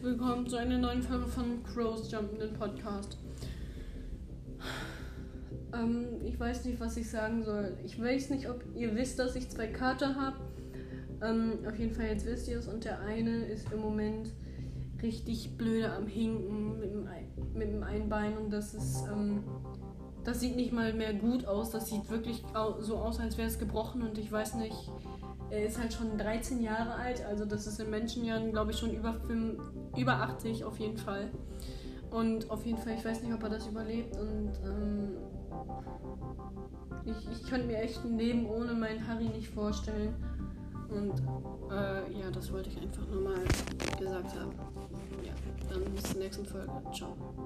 willkommen zu einer neuen Folge von Crows Jumpenden Podcast. Ich weiß nicht, was ich sagen soll. Ich weiß nicht, ob ihr wisst, dass ich 2 Kater habe. Auf jeden Fall, jetzt wisst ihr es. Und der eine ist im Moment richtig blöde am Hinken mit dem einen Bein. Und das sieht nicht mal mehr gut aus. Das sieht wirklich so aus, als wäre es gebrochen. Und ich weiß nicht, er ist halt schon 13 Jahre alt. Also das ist in Menschenjahren, glaube ich, schon über 80 auf jeden Fall. Und auf jeden Fall, ich weiß nicht, ob er das überlebt. Und ich könnte mir echt ein Leben ohne meinen Harry nicht vorstellen. Und ja, das wollte ich einfach nur mal gesagt haben. Ja, dann bis zur nächsten Folge. Ciao.